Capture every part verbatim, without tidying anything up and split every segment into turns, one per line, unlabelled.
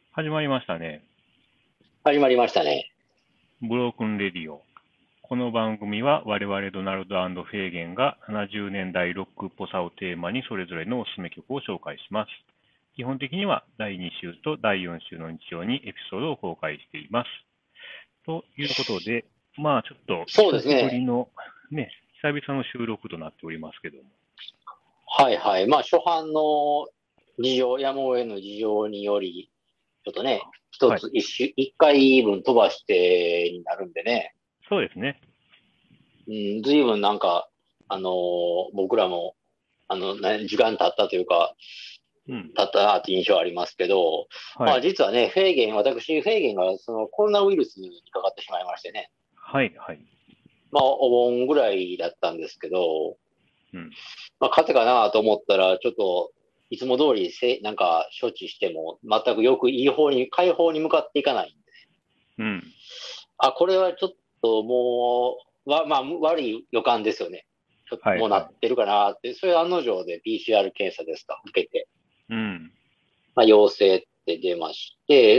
始まりましたね。
始まりましたね。
ブロークンレディオ。この番組は我々ドナルドフェーゲンがななじゅうねんだいロックっぽさをテーマにそれぞれのおすすめ曲を紹介します。基本的にはだいに週とだいよん週の日曜にエピソードを公開しています。ということで、まあちょっと
そうで
久しぶり
すね。
のね、久々の収録となっておりますけども。
はいはい。まあ、初版の事情、やむを得ぬ事情により、ちょっとね、一
はい。
つ、一週、一回分飛ばしてになるんでね。
そうですね。
うん、随分なんか、あのー僕らも、あの、ね、時間経ったというか、
うん。
経ったなって印象ありますけど、まあ
はい。
実はね、フェーゲン、私、フェーゲンがそのコロナウイルスにかかってしまいましてね。
はい。はい。
まあ、お盆ぐらいだったんですけど、
うん。
まあ、勝てかなと思ったら、ちょっと、いつも通りせ、なんか、処置しても、全くよくいい方に、解放に向かっていかないんで。
うん。
あ、これはちょっともう、わ、まあ、悪い予感ですよね。ちょっと
はい。
もうな
はい。
ってるかなって、それ案の定で ピーシーアール 検査ですか、受けて、
うん。
まあ、陽性って出まして、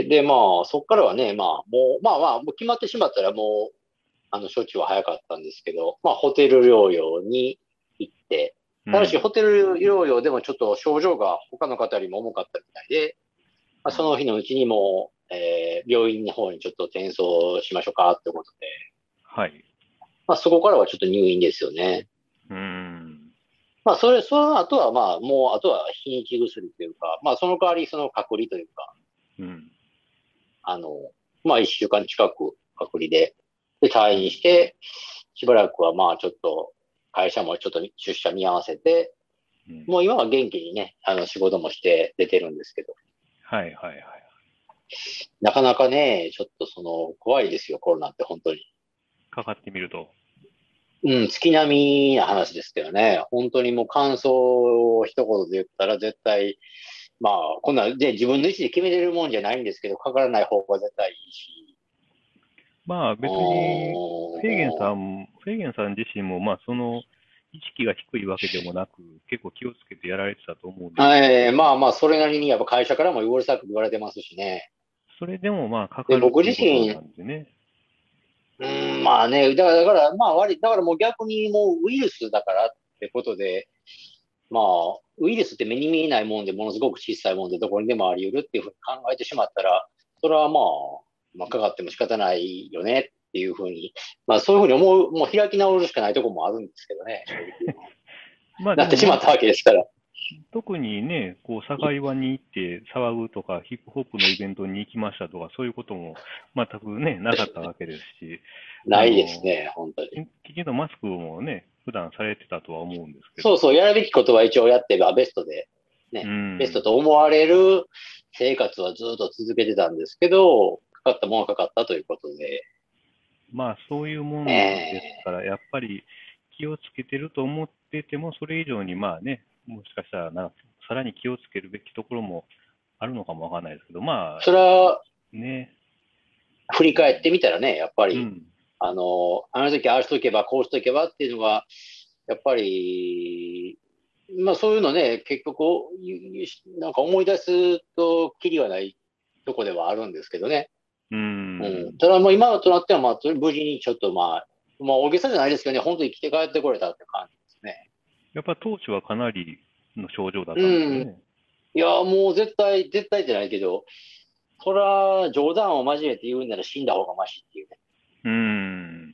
で、まあ、そこからはね、まあ、もう、まあまあ、もう決まってしまったらもう、あの、処置は早かったんですけど、まあ、ホテル療養に行って、ただし、
うん。
ホテル療養でもちょっと症状が他の方よりも重かったみたいで、まあ、その日のうちにもう、えー、病院の方にちょっと転送しましょうかってことで、
はい。
まあ、そこからはちょっと入院ですよね。
うーん。
まあ、それ、その後は、まあ、もう、あとは日にち薬というか、まあ、その代わり、その隔離というか、
うん。
あの、まあ、一週間近く隔離で、で、退
うん。
院して、しばらくは、まあ、ちょっと、会社もちょっと出社見合わせて、
うん。
もう今は元気にね、あの、仕事もして出てるんですけど、
はいはいはい。
なかなかね、ちょっとその、怖いですよ、コロナって本当に。
かかってみると。
うん、月並みな話ですけどね、本当にもう感想を一言で言ったら絶対、まあ、こんな、で、自分の意思で決めれるもんじゃないんですけど、かからない方が絶対いいし、
まあ
う
別に、フェーゲンさ
ーん、
ん、フェーゲンさん自身も、まあその、意識が低いわけでもなく、結構気をつけてやられてたと思うんですけれども、
えーまあまあ、それなりにやっぱ会社からもうるさく言われてますしね。
それでもまあか
で、
かる
僕
っていうこと
自身、
なんでね。
うーん、まあね、だから、だから、まあ悪い、だからもう逆にもうウイルスだからってことで、まあ、ウイルスって目に見えないもんで、ものすごく小さいもんで、どこにでもあり得るっていうふうに考えてしまったら、それはまあ、まあ、かかっても仕方ないよねっていうふうに、まあそういうふうに思う、もう開き直るしかないところもあるんですけどね、正直。
まあでもまあ、
なってしまったわけですから。
特にね、こう、境場に行って騒ぐとか、ヒップホップのイベントに行きましたとか、そういうことも全くね、なかったわけですし、あ
ないです
の、
ね、本当に。
きちんとマスクもね、普段されてたとは思うんですけど、
そうそう、やるべきことは一応やってばベストで、
う
ね、ベスト
ん。
と思われる生活はずっと続けてたんですけど、かかったものはかかったということで、
まあそういうもんです
え
から、やっぱり気をつけてると思ってても、それ以上にまあね、もしかしたらな、さらに気をつけるべきところもあるのかもわかんないですけど、ま
ーそれ
あ
は
ね、
振り返ってみたらね、やっぱり、
うん、
あの、あの時ああしとけば、こうしとけばっていうのは、やっぱり、まあそういうのね、結局、なんか思い出すと、きりはないとこではあるんですけどね。
う
うん。
ん、
ただもう今となっては、まあ、無事にちょっとまあ、まあ大げさじゃないですけどね、本当に来て帰ってこれたって感じですね。
やっぱ当初はかなりの症状だっ
う
たんですよ
ん。
ね。
いや、もう絶対、絶対じゃないけど、そら、冗談を交えて言うなら死んだ方がマシっていうね。
うん、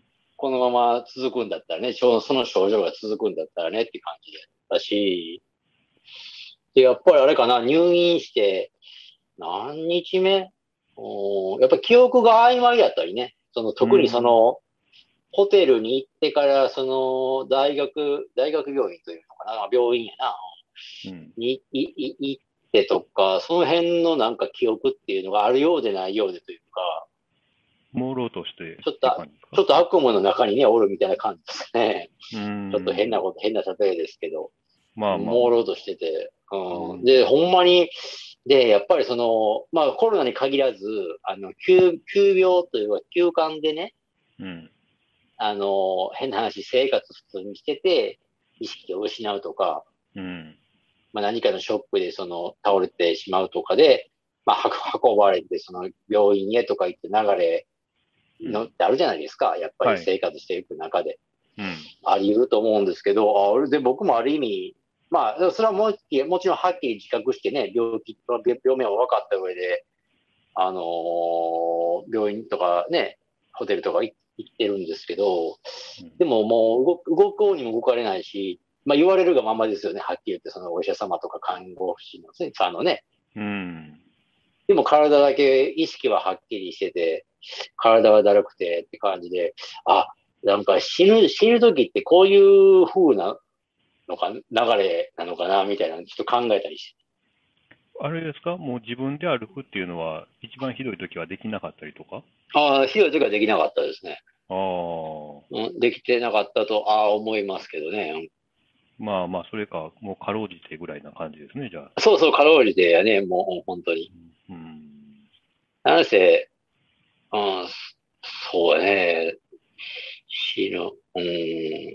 このまま続くんだったらね、その症状が続くんだったらねって感じだったし、で、やっぱりあれかな、入院して何日目おやっぱり記憶が曖昧だったりね、その
う
特にそ
ん、
の、ホテルに行ってから、その、大学、大学病院というのかな、病院やな、
うん。
に、い、い、行ってとか、その辺のなんか記憶っていうのがあるようでないようでというか、
朦朧としてっていう
ちょっと、
感じですか？
ちょっと悪夢の中にね、おるみたいな感じですね。
う
ちょっと変な
ん、
こと、変な例えですけど、
まあまあまあ。
朦朧としてて、うん。
うん、
で、ほんまに、で、やっぱりその、まあコロナに限らず、あの、急、急病というか、急患でね、
うん、
あの、変な話、生活普通にしてて、意識を失うとか、
うん、
まあ何かのショックでその、倒れてしまうとかで、 まあ、運ばれて、その病院へとか行って流れのってあるじゃないですか。やっぱり
はい。
生活していく中で。
うん。
あり得ると思うんですけど、あで僕もある意味、まあ、それはもうもちろんはっきり自覚してね、病気、病名を分かった上で、あのー病院とかね、ホテルとか行ってるんですけど、
うん。
でももう動く、動こうにも動かれないし、まあ言われるがままですよね、はっきり言って、そのお医者様とか看護師のね、あのね。
うん。
でも体だけ、意識ははっきりしてて、体はだるくてって感じで、あ、なんか死ぬ、死ぬ時ってこういう風なのか、流れなのかな、みたいなのちょっと考えたりして。
あれですか、もう自分で歩くっていうのは、一番ひどい時はできなかったりとか？
ああ、ひどい時はできなかったですね。
ああ、
うん、できてなかったと、ああ、思いますけどね。
まあまあ、それか、もうかろうじてぐらいな感じですね、じゃあ。
そうそう、カロリーでね、もう本当に。
うん。
なんせ、うん、そうね、死ぬ、うん、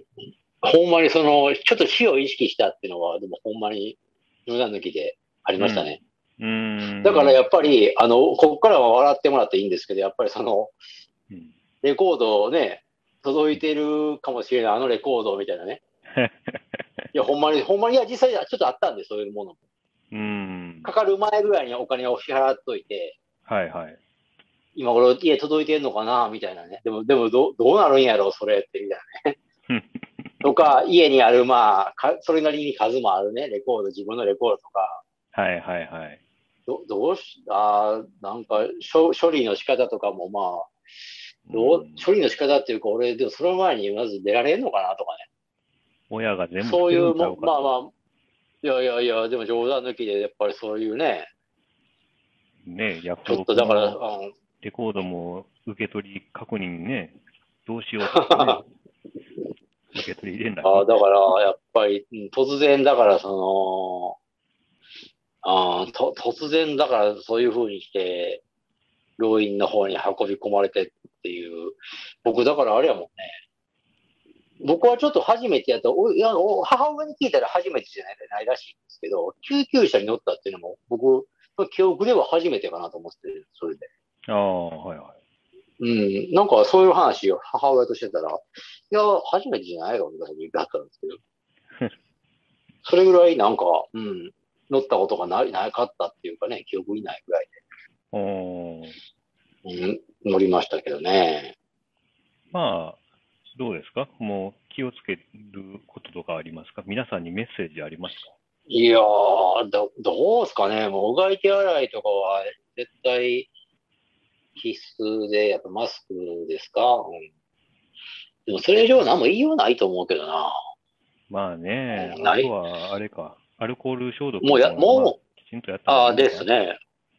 ほんまにその、ちょっと死を意識したっていうのは、でもほんまに、無駄抜きであり
うん。
ましたね。
うーん。
だからやっぱり、あの、ここからは笑ってもらっていいんですけど、やっぱりその、
うん。
レコードをね、届いてるかもしれない、あのレコードみたいなね。いや、ほんまに、ほんまに、いや、実際ちょっとあったんで、そういうものも。
うーん。
かかる前ぐらいにお金を支払っといて、
はいはい。
今頃家届いてんのかなみたいなね。でも、でもど、どうなるんやろう、それって、みたいな。とか、家にある、まあ、かそれなりに数もあるね、レコード、自分のレコードとか、
はいはいはい。
どどうし、あなんか処、処理の仕方とかも、まあ、
う
どう、
ん。
処理の仕方っていうか、俺、でもその前にまず出られんのかなとかね。
親が全部してるん
そういうも、
ちゃうかと。
まあまあ、いやいやいや、でも冗談抜きで、やっぱりそういうね、
ね、ヤフ
ちょっ
オ
とだから、
クの
うん、
レコードも受け取り確認ね、どうしようとしてね、受け取り連絡。
あだから、やっぱり、うん突然だから、その、あと突然だからそういう風にして、病院の方に運び込まれてっていう、僕だからあれやもんね。僕はちょっと初めてやった、おいやお母親に聞いたら初めてじゃないないらしいんですけど、救急車に乗ったっていうのも、僕の記憶では初めてかなと思ってて、それで。
ああ、はいはい。
うん、なんかそういう話を母親としてたら、いや、初めてじゃないよ、みたいな言ってあったんですけど、それぐらいなんか、うん、乗ったことがななかったっていうかね、記憶にないぐらい
おー、
で、うん、乗りましたけどね。
まあ、どうですか、もう気をつけることとかありますか？皆さんにメッセージありますか？
いやー、ど、どうすかね、もううがい手洗いとかは絶対必須で、やっぱマスクですか、うん、でもそれ以上何も言いようないと思うけどな。
まあね、
うん、
あと
ない。
はあれか、アルコール消毒
もうや、
もまあ、
もう、
きちんとやった方が
ああ、
いいのか。
ですね。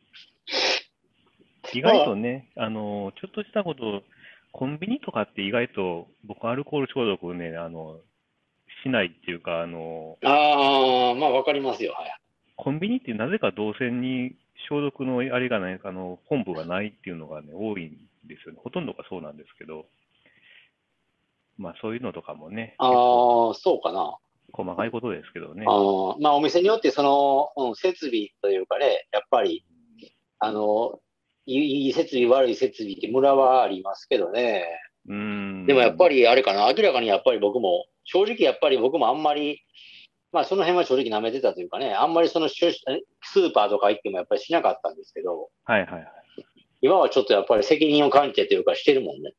意
まあ、
外とね、あの、ちょっとしたこと、コンビニとかって意外と、僕アルコール消毒ね、あの、しないっていうか、あの、
ああ、まあわかりますよ。はい。
コンビニってなぜか動線に消毒のあれがない、あの、本部がないっていうのがね、多いんですよね。ほとんどがそうなんですけど、まあそういうのとかもね、結構
ああ、そうかな。
細かいことですけどね。
ああ、まあお店によってその、うん、設備というかね、やっぱり、あの、いいいい設備、悪い設備ってムラはありますけどね。
うー
でもやっぱ
ん。
りあれかな、明らかにやっぱり僕も、正直やっぱり僕もあんまり、まあその辺は正直舐めてたというかね、あんまりそのスーパーとか行ってもやっぱりしなかったんですけど、
はいはいはい。
今はちょっとやっぱり責任を感じてというかしてるもんね。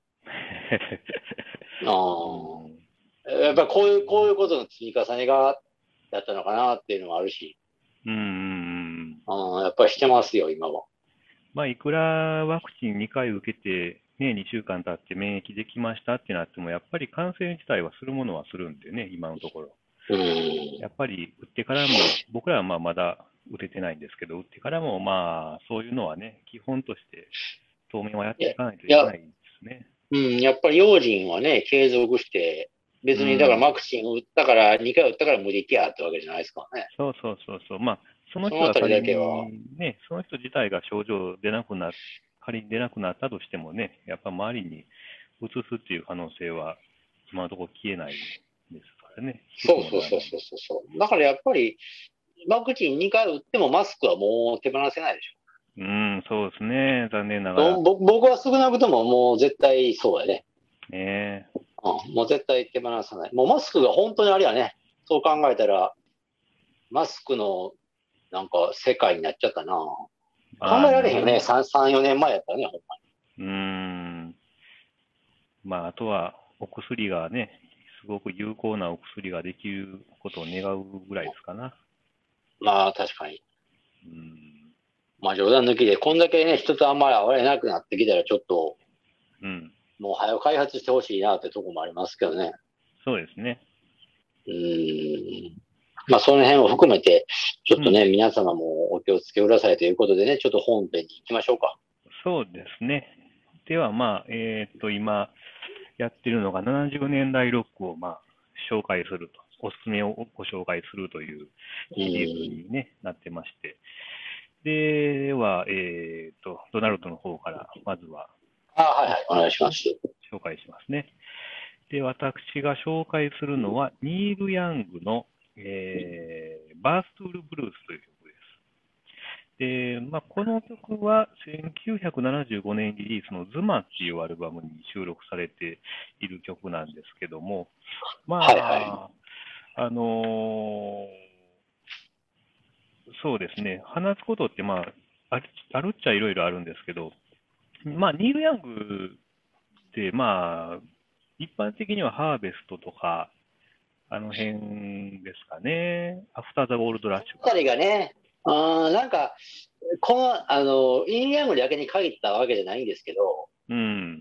う
あ
ん。
あ、やっぱり
まあ
こういう、こういう
ね。
ことの積み重ねが、だったのかなっていうのもあるし、
うんうんうん。
ああ、やっぱりしてますよ、今は。
まあ、いくらワクチンにかい受けて、ね、にしゅうかん経って免疫できましたってなっても、やっぱり感染自体はするものはするんでね、今のところ。
うん。
やっぱり打ってからも、僕らはまあまだ打ててないんですけど、打ってからもまあ、そういうのはね、基本として当面はやっ
いや、い
ていかないといけ
や、
ないですね。
うん、やっぱり用心はね、継続して、
う
別にだからワ
ん。
クチン打ったから、にかい打ったから無敵やってわけじゃないですからね。
そうそうそうそう。まあ、その
そのあたり
人が仮
だけは、
にね、その人自体が症状出なくな、仮に出なくなったとしてもね、やっぱ周りに移すっていう可能性は今のところ消えないですからね、低く
そうそうそう
もならない。
そうそうそう。だからやっぱり、ワクチンにかい打ってもマスクはもう手放せないでしょ。
うん、そうですね。残念ながら。
ぼ僕僕は少なくとももう絶対そうやね。
ね。
うん、もう絶対手放さない。もうマスクが本当にあれやね。そう考えたら、マスクのなんか世界になっちゃったな。考
まあ
えられへんよね。
ね。
さん、さん、よねんまえやったらね、ほんま
うーん。まあ、あとは、お薬がね、すごく有効なお薬ができることを願うぐらいですかな。
に。まあ確かに。
うん。
まあ冗談抜きで、こんだけね、人とあんまり会われなくなってきたら、ちょっと、
うん。
もう早く開発してほしいなってとこもありますけどね。
そうですね。
うーん。まあその辺を含めて、ちょっ
うん。
とね、皆様もお気をつけくださいということでね、ちょっと本編に行きましょうか。
そうですね。では、まあ、えーっと、今やってるのがななじゅうねんだいロックを、まあ、紹介すると、おすすめをご紹介するという
う
シリーズ
ん。
に、ね、なってまして、では、えーっと、ドナルドの方から、まずは
あ、はいはい、お願いします。
紹介しますね。で、私が紹介するのは、ニール・ヤングの、えー、バーストゥール・ブルースという曲です。で、まあ、この曲はせんきゅうひゃくななじゅうごねんリリースのズマっていうアルバムに収録されている曲なんですけども、
はいはい。
まあ、あのーそうですね、話すことって、まあ、あるあるっちゃいろいろあるんですけど、まあ、ニール・ヤングって、まあ、一般的にはハーベストとか、あの辺ですかね。アフターザ・ゴールドラッシュか。
あたりがね、あーなんか、この、あの、インヤングだけに限ったわけじゃないんですけど、
うん。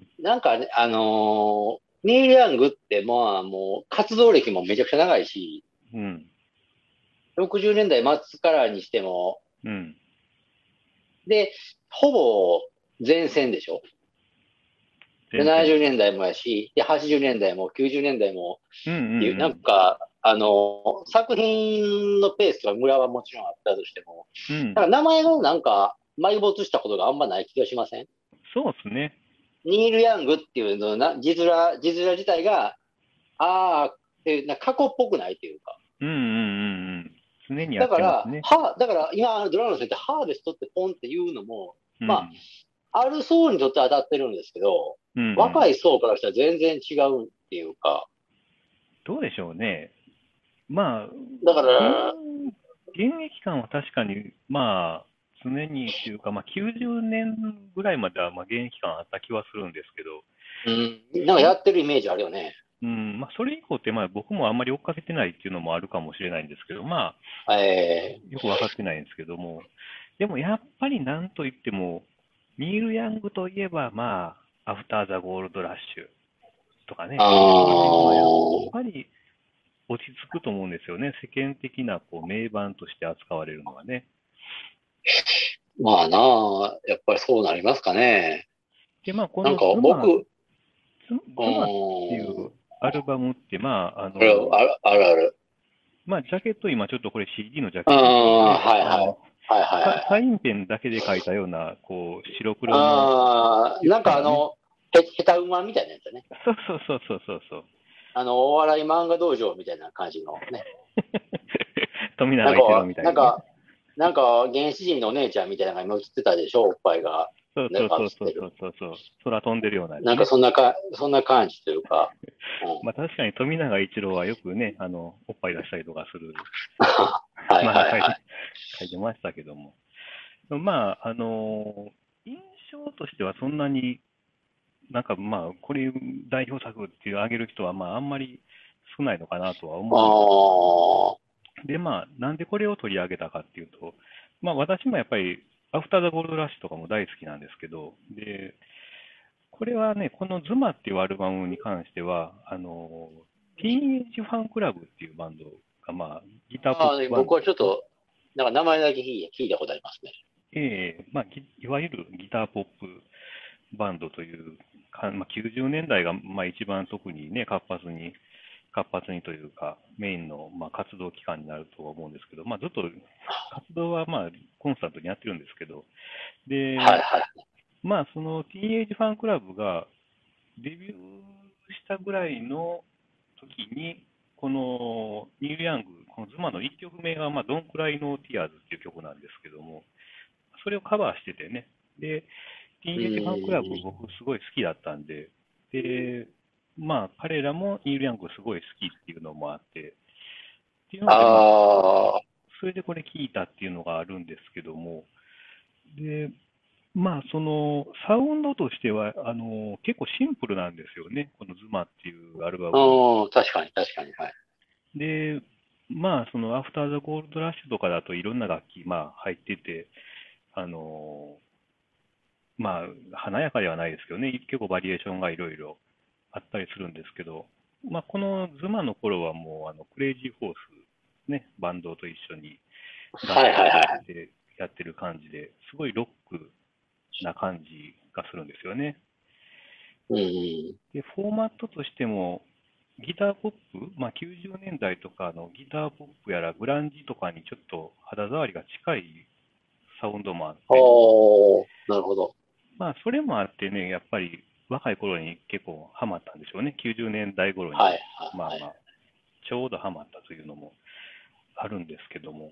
なんかね、あのーニール・ヤングって、まあ、もう、活動歴もめちゃくちゃ長いし、
うん。
ろくじゅうねんだい末からにしても、
うん。
で、ほぼ前線でしょ？で、
全然。
ななじゅうねんだいもやし、で、はちじゅうねんだいもきゅうじゅうねんだいも
うんう
っていう、なん
ん
か、あの、作品のペースとか村はもちろんあったとしても、
うん。うん。
なんか名前のなんか埋没したことがあんまない気がしません？
そうですね。
ニール・ヤングっていうのな、字面、字面自体が、ああ、ってな過去っぽくないというか。
うんうんうんうん。常にやっ
だから、
てますね。
は、だから今、ドラゴンの先生ってハーベストってポンっていうのも、まあ、
うん。
ある層にとって当たってるんですけど、
うんうん。
若い層からしたら全然違うっていうか、
どうでしょうね。まあ、
だか
現、
ら、
現役感は確かに、まあ、常にっていうか、まあ、きゅうじゅうねんぐらいまでは、まあ、現役感あった気はするんですけど、
うん、なんか
それ、
やってるイメージあるよね。
うん、まあ、それ以降って、まあ、僕もあんまり追っかけてないっていうのもあるかもしれないんですけど、まあ、
え
よくわかってないんですけども、でもやっぱりなんといっても、ニール・ヤングといえば、まあ、アフター・ザ・ゴールド・ラッシュとか
ー、
ね、この辺はやっ
あ
ぱり落ち着くと思うんですよね。世間的なこう名盤として扱われるのはね。
ー、まあなあ、やっぱりそうなりますかね。
で、まあ、こ
なん
の
か僕、
ズマ、
う
ズ
ー
ズマっていう
ん、
アルバムって、まあ、あ
ある
の、
あるあるある。
まあ、ジャケット、今ちょっとこれ シーディー のジャ
うーん、
ケットですけどね、
はいはい。
あの、
はいはいはいはい。
ササインペンだけで書いたような、こう、白黒の
あー、なん
言ったらね、
かあの、へ、ヘタウマみたいなやつだね。
そうそうそうそうそうそう。
あの、お笑い漫画道場みたいな感じのね。
富永一郎
なんか、
みたいにね。
なんか、なんか、原始人のお姉ちゃんみたいなのが今映ってたでしょ、おっぱいが。ね、
そうそうそうそうそ
映ってる。
うそうそう。空飛んでるようなやつ
なんか
ね。
そんなか、そんな感じというか。うん。
まあ確かに富永一郎はよくね、あの、おっぱい出したりとかする
はい
漫画書いて、
はいはい。
書いてましたけども。まあ、あの、印象としてはそんなになんかまあ、これ代表作っていう挙げる人はまああんまり少ないのかなとは
あ
思うんですけども。
あ、
で、まあ、なんでこれを取り上げたかっていうと、まあ私もやっぱりアフターザゴールドラッシュとかも大好きなんですけど、で、これはね、このズマっていうアルバムに関しては、あの、ティーンエイジファンクラブっていうバンドが、まあ、ギターポッ
ああ、
プバン
僕
ドですね。
はちょっと、なんか名前だけ聞い聞いたことありますね。
ええまあ、ぎいわゆるギターポップバンドというか、まあ、きゅうじゅうねんだいが、まあ、一番特にね、活発に、活発にというか、メインの、まあ、活動期間になるとは思うんですけど、まあ、ずっと活動は、まあ、コンスタントにやってるんですけど、で、
はいはい。
まあ、そのティーンエイジファンクラブがデビューしたぐらいの時に、このニール・ヤング、このズマのいっきょくめが、まあ、ドンクライのティアーズっていう曲なんですけども、 それをカバーしててね。で、ティーンエイジファンクラブ
うん。
僕すごい好きだったんで、で、まあ彼らもニール・ヤングすごい好きっていうのもあって、っていうので、まあ、
ああ、
それでこれ聞いたっていうのがあるんですけども、で、まあ、その、サウンドとしては、あの、結構シンプルなんですよね。このズマっていうアルバム。
うん、確かに、確かに、はい。
で、まあ、その、アフターザゴールドラッシュとかだといろんな楽器、まあ、入ってて、あの、まあ、華やかではないですけどね、結構バリエーションがいろいろあったりするんですけど、まあ、このズマの頃はもう、あの、クレイジーホース、ね、バンドと一緒に楽
はいはい
器をやっ
はい。
て、やってる感じで、すごいロックな感じがするんですよね。
うん。
で、フォーマットとしても、ギターポップ、まあ、きゅうじゅうねんだいとかのギターポップやらグランジとかにちょっと肌触りが近いサウンドもあって、
おー、なるほど。
まあ、それもあってね、やっぱり若い頃に結構ハマったんでしょうね。きゅうじゅうねんだい頃に、
はいはいはい。
まあまあ、ちょうどハマったというのもあるんですけども、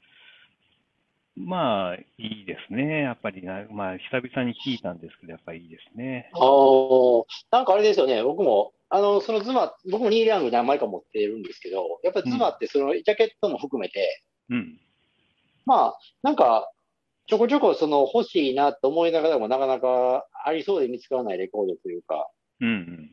まあ、いいですね。やっぱりな、まあ、久々に聞いたんですけど、やっぱりいいですね。
おー、なんかあれですよね、僕も、あの、そのズマ、僕もニール・ヤング何枚か持ってるんですけど、やっぱり
うん、
ズマってそのジャケットも含めて、
うん、
まあ、なんか、ちょこちょこその欲しいなと思いながらもなかなかありそうで見つからないレコードというか、
うん、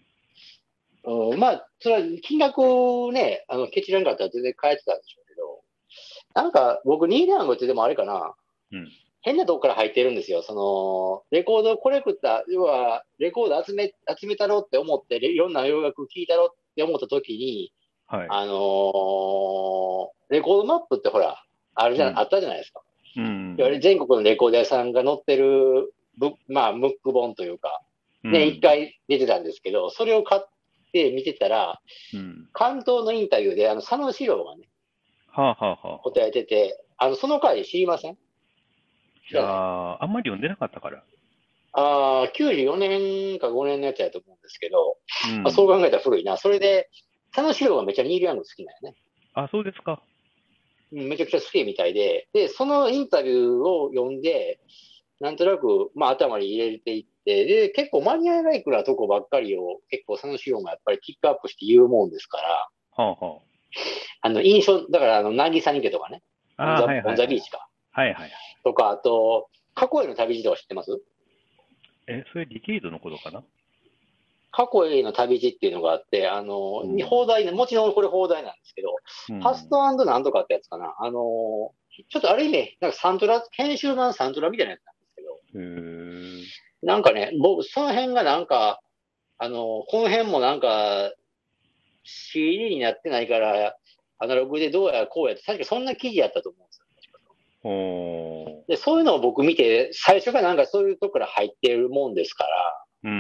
うん、まあ、それは金額をね、あの、ケチらんかったら全然買えてたんでしょうけど、なんか僕ニール・ヤングってでもあれかな、
うん、
変なとこから入ってるんですよ。その、レコードコレクター、要は、レコード集め、集めたろって思って、いろんな洋楽聴いたろって思った時に、
はい。
あのーレコードマップってほら、あるじゃ、あ
うん、
ったじゃないですか。
う
いわゆる
ん、
全国のレコード屋さんが載ってる、ブまあ、ムック本というか、ね、一
うん、
回出てたんですけど、それを買って見てたら、
うん。
関東のインタビューで、あの、佐野史郎がね、
はあ、はあ、はあ、はあ。
答えてて、あの、その回知りません？知
いや
らない？
ー、あんまり読んでなかったから。
ああ、きゅうじゅうよねんかごねんのやつやと思うんですけど、まあ、そう
うん。
考えたら古いな。それで、佐野史郎がめっちゃニール・ヤング好きなんよね。
あ、そうですか。
めちゃくちゃ好きみたいで、で、そのインタビューを読んで、なんとなく、まあ、頭に入れていって、で、結構マニアライクなとこばっかりを、結構佐野史郎がやっぱりピックアップして言うもんですから、
はあ、は
あの、印象、だから、あの、渚に家とかね、
あ。ああ、
オンザ、
はい
オン
はいはい。
ザビーチか、
はいはいはい。
とか、あと、過去への旅路とか知ってます？
え、それディケイドのことかな？
過去への旅路っていうのがあって、あの、
うん。
放題ね、もちろんこれ放題なんですけど、パス
うん。
トなんとかってやつかな。あの、ちょっとある意味、なんかサントラ、編集版サントラみたいなやつなんですけど、
へえ。
なんかね、僕、その辺がなんか、あの、この辺もなんか、シーディー になってないから、アナログでどうやこうやって、確かそんな記事やったと思うんですよ。
おー。
で、そういうのを僕見て、最初がなんかそういうとこから入ってるもんですから、
うん。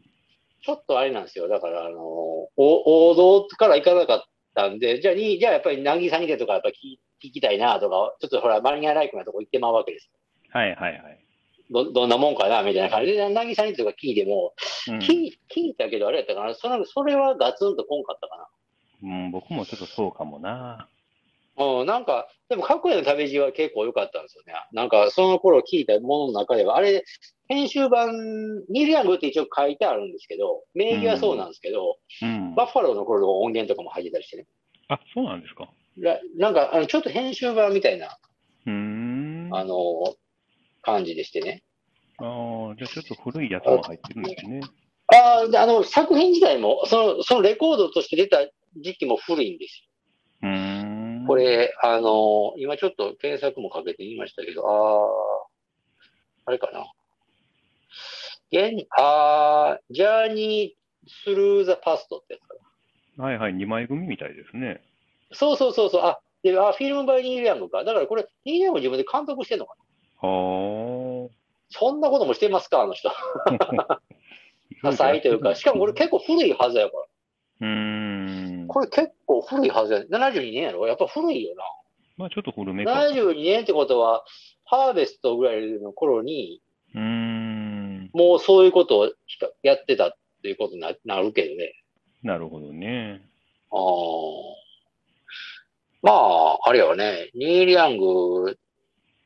ちょっとあれなんですよ。だから、あの、お王道から行かなかったんで、じゃあ、にじゃあやっぱり、渚にでとかやっぱ聞聞きたいなとか、ちょっとほら、マニアライクなとこ行ってまうわけです。
はいはいはい。
ど、どんなもんかなみたいな感じで、渚にとか聞いても、
うん。
聞聞いたけど、あれやったかなその、それはガツンとこんかったかな。
うん、僕もちょっとそうかもな。
うん、なんか、でも、過去への旅路は結構良かったんですよね。なんか、その頃聞いたものの中では、あれ、編集版、ニール・ヤングって一応書いてあるんですけど、名義はそう
うん。
なんですけど、
うん。
バッファローの頃の音源とかも入ってたりしてね。
あ、そうなんですか。
らなんか、あの、ちょっと編集版みたいな、
うーん。
あの、感じでしてね。
ああ、じゃあちょっと古いやつも入ってるんですね。
ああ、であの、作品自体も、その、そのレコードとして出た時期も古いんですよ。
うーん。
これ、あの、今ちょっと検索もかけてみましたけど、ああ、あれかな。現、あー、ジャーニースルーザパストってやつか
はいはい、にまい組みたいですね。
な。そうそうそうそう。あ、で、あ、フィルムバイニールヤングか。だからこれ、ニールヤング自分で監督してんのかな。
はあ。
そんなこともしてますか、あの人。多
いろいろやって
彩というか。しかもこれ
るんですね。
結構古いはずやから。
うーん。
これ結構古いはずや。ななじゅうにねんやろやっぱ古いよ
まあちょっと古め
な。
か。
ななじゅうにねんってことは、ハーベストぐらいの頃に、
うーん。
もうそういうことをやってたっていうことにななるけどね。
なるほどね。
あーまあ、あれよね。ニール・ヤング、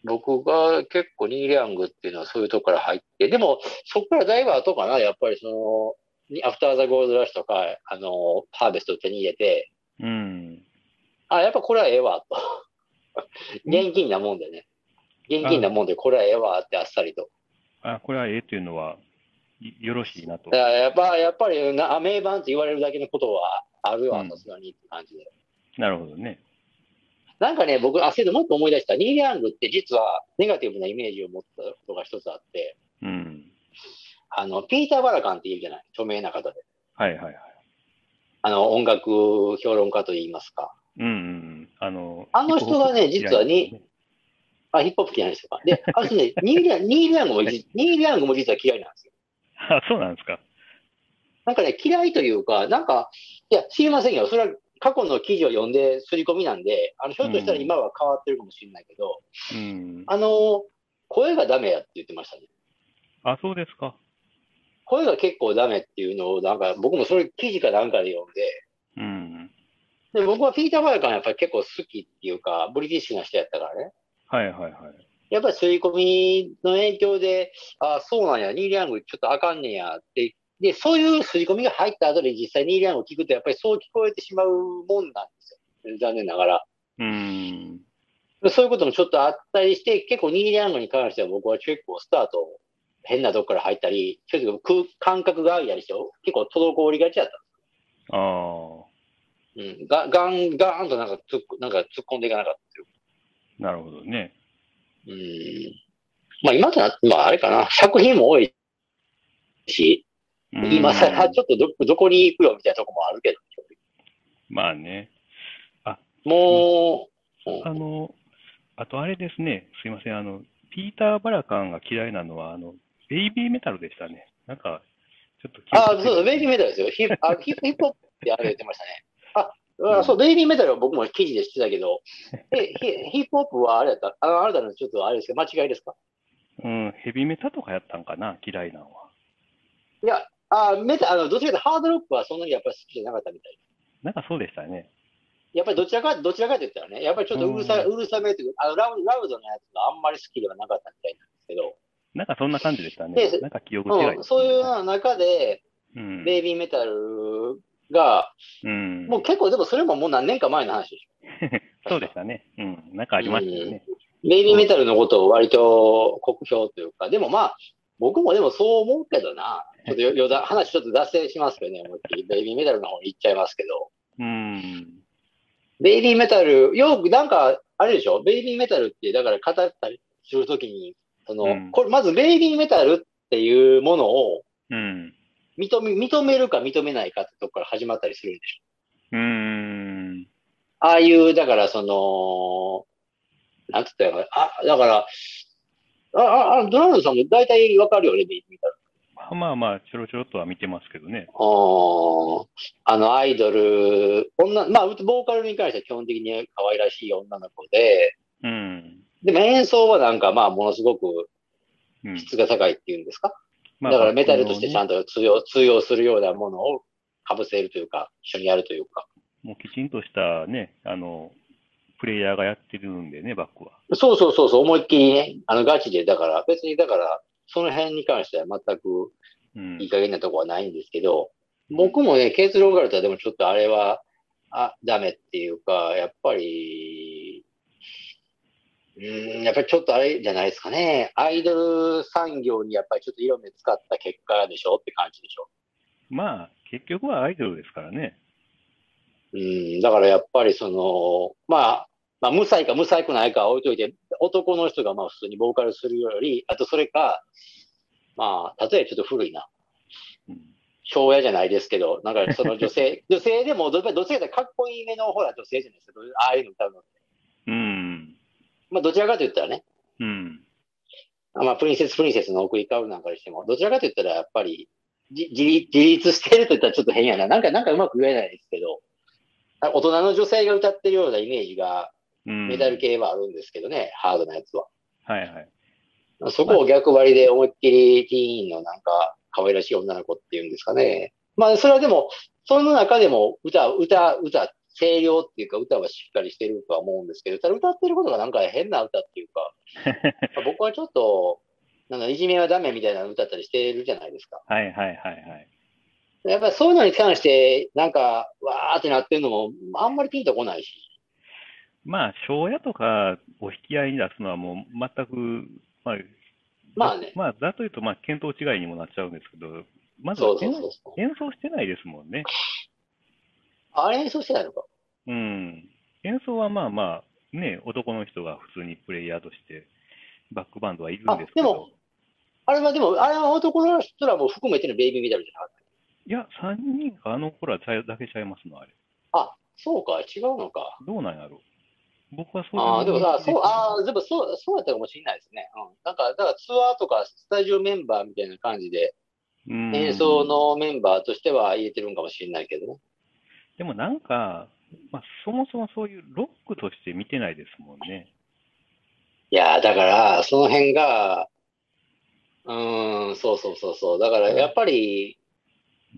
僕が結構ニール・ヤングっていうのはそういうとこから入って、でもそこからだいぶ後かな、やっぱりその、アフター・ザ・ゴールド・ラッシュとか、あの、ハーベストを手に入れて、
うん。
あ、やっぱこれはええわ、と。
ん
現金なもんでね。現金
あ、
なもんでこれはええわってあっさりと。
あ、これはええというのは、いよろしいなと。
だからやっぱ、やっぱりな、名盤って言われるだけのことはあるわ、
うん。
さすがにって感じで。
なるほどね。
なんかね、僕、あ、せどもっと思い出した。ニール・ヤングって実はネガティブなイメージを持ったことが一つあって、
うん。
あの、ピーター・バラカンっているじゃない、著名な方で。
はいはいはい。
あの、音楽評論家といいますか。
うんうんうん。あの、
あの
ヒップホップ
人がね、
嫌い
実はに、
なんですよね。
あ、ヒップホップ嫌いなんですよか。で、あの人ね、ニールヤン、ニールヤングもじ、ニールヤングも実は嫌いなんですよ。
あ、そうなんですか。
なんかね、嫌いというか、なんか、いや、知りませんよ。それは過去の記事を読んで、刷り込みなんで、あの、ひょっとしたら今は変わってるかもしれないけど、
うん。
あの、声がダメやって言ってましたね。
あ、そうですか。
声が結構ダメっていうのを、なんか僕もそれ記事かなんかで読んで、
うん。
で、僕はピーター・バーカンやっぱり結構好きっていうか、ブリティッシュな人やったからね。
はいはいはい。
やっぱり刷り込みの影響で、あ、そうなんや、ニール・ヤングちょっとあかんねやって、で、そういう刷り込みが入った後で実際ニール・ヤングを聞くと、やっぱりそう聞こえてしまうもんなんですよ。残念ながら。
うん。
そういうこともちょっとあったりして、結構ニール・ヤングに関しては僕は結構スタート変なとこから入ったり、ちょっと空感覚がありやりして、結構滞りがちやった。
ああ、
うん、が、ガン、ガーンとなんか突っ、なんか突っ込んでいかなかったいう。
なるほどね。
うん。まあ今となって、まああれかな、作品も多いし、
う
今更
ん。
ちょっとど、どこに行くよみたいなとこもあるけど、
まあね。あ、ま
もう、うん、
あの、あとあれですね。すいません。あの、ピーター・バラカンが嫌いなのは、あの、ベイビーメタルでしたね。なんか、ちょっと記
ああ、
憶
そうそう、ベイビー
違いですね。
メタルですよ。ヒップ、あ、ヒップ、ヒップホップってあれ言ってましたね。あ、あそう、
うん。
ベイビーメタルは僕も記事で知ってたけど、え、ヒ、ヒップホップはあれやった、あの、あなたのちょっとあれですけど、間違いですか？
うん、ヘビメタとかやったんかな、嫌いなのは。
いや、あ、メタ、あの、どちらかというとハードロックはそんなにやっぱり好きじゃなかったみたい。
なんかそうでしたね。
やっぱりどちらか、どちらかと言ったらね、やっぱりちょっ
う
とうるさ、
ん。
うるさめというか、あの、ラウ、ラウドなやつがあんまり好きではなかったみたいなんですけど、
なんかそんな感じでしたね。
で、
なんか記憶違い
うん、
ですね。
そういうよう
はい。
な中で、
うん。
ベイビーメタルが、
うん。
もう結構、でもそれももう何年か前の話でしょ。確か。
そうでしたね。うん。なんかあ
うん。
りましたよね。
ベイビー
そう。
メタルのことを割と酷評というか、でもまあ、僕もでもそう思うけどな。ちょっとよ余談、話ちょっと脱線しますけどね、思いっきり。ベイビーメタルの方に行っちゃいますけど。
うん。
ベイビーメタル、よくなんか、あれでしょベイビーメタルって、だから語ったりするときに、その、
うん。
これ、まずベイビーメタルっていうものを
うん。
認め、認めるか認めないかってとこから始まったりするんでしょ。
うーん。
ああいう、だからその、なんつったらいいのかな、あ、だから、あ、あ、あドナルドさんも大体わかるよね、ベイビーメタル。
まあまあまあ、ちょろちょろっとは見てますけどね。
あーあの、アイドル、女、まあ、ボーカルに関しては基本的に可愛らしい女の子で、
うん。
でも演奏はなんかまあ、ものすごく
うん。
質が高いっていうんですか。
まあ、
だから
バック
メタルとし
のね、
てちゃんと通用、通用するようなものを被せるというか、一緒にやるというか。
もうきちんとしたね、あの、プレイヤーがやってるんでね、バックは。
そうそうそうそう、思いっきりね、あのガチで、だから別にだから、その辺に関しては全く
うん。
いい加減なところはないんですけど、
うん。
僕もね、結論から言ったらでもちょっとあれは、あ、ダメっていうか、やっぱり、うーん、やっぱりちょっとあれじゃないですかね。アイドル産業にやっぱりちょっと色目使った結果でしょって感じでしょ。
まあ、結局はアイドルですからね。
うん、だからやっぱりその、まあ、まあ、無才か無才くないかは置いといて、男の人がまあ普通にボーカルするより、あとそれか、まあ、例えばちょっと古いな。
うん。
昭和じゃないですけど、なんかその女性、女性でもど、どっちかというとかっこいいめのほら女性じゃないですか。ああいうの歌うのって。
うん。
まあ、どちらかと言ったらね、
うん。
まあ、プリンセスプリンセスの送り変わるなんかにしても、どちらかと言ったらやっぱり、じ自立自立してると言ったらちょっと変やな。なんか、なんかうまく言えないですけど、大人の女性が歌ってるようなイメージが、
う
メタル
ん。
系はあるんですけどね、ハードなやつは。
はいはい。
そ
まあ、
こを逆張りで思いっきりティーンのなんか可愛らしい女の子っていうんですかね。まあそれはでも、その中でも歌、歌、歌、 声量っていうか歌はしっかりしてるとは思うんですけど、ただ歌ってることがなんか変な歌っていうか、まあ僕はちょっと、なんかいじめはダメみたいなの歌ったりしてるじゃないですか。
はいはいはいはい。
やっぱりそういうのに関して、なんか、わーってなってるのも、あんまりピンとこないし。
まあ、庄屋とかを引き合いに出すのはもう全く、まあ、ざ
まあね、
まあ、ざっと言うと、まあ、見当違いにもなっちゃうんですけど、まず
そうそう
演
そうそう。
演奏してないですもんね。
あれ演奏してないのか。
うん。演奏はまあまあ、ね、男の人が普通にプレイヤーとしてバックバンドはいるんで
あ、でも、
すけど、
あれはでも、あれは男の人らも含めてのベイビーメタルじゃなかっ
いや、さんにんかあの頃はちゃだけちゃいますの、あれ。
た。あ、そうか、違うのか。
どうなんやろう。僕はそういう
ああ、でもさ、
認識で
そう、
したけどね。
ああ、でもそう、そうやったかもしれないですね。うん。なんか、だからツアーとかスタジオメンバーみたいな感じで、
う
演奏
ん。
のメンバーとしては入れてるんかもしれないけどね。
でもなんか、まあ、そもそもそういうロックとして見てないですもんね。
いやー、だから、その辺が、うーん、そうそうそうそう。だから、
だから、
やっぱり、
うん。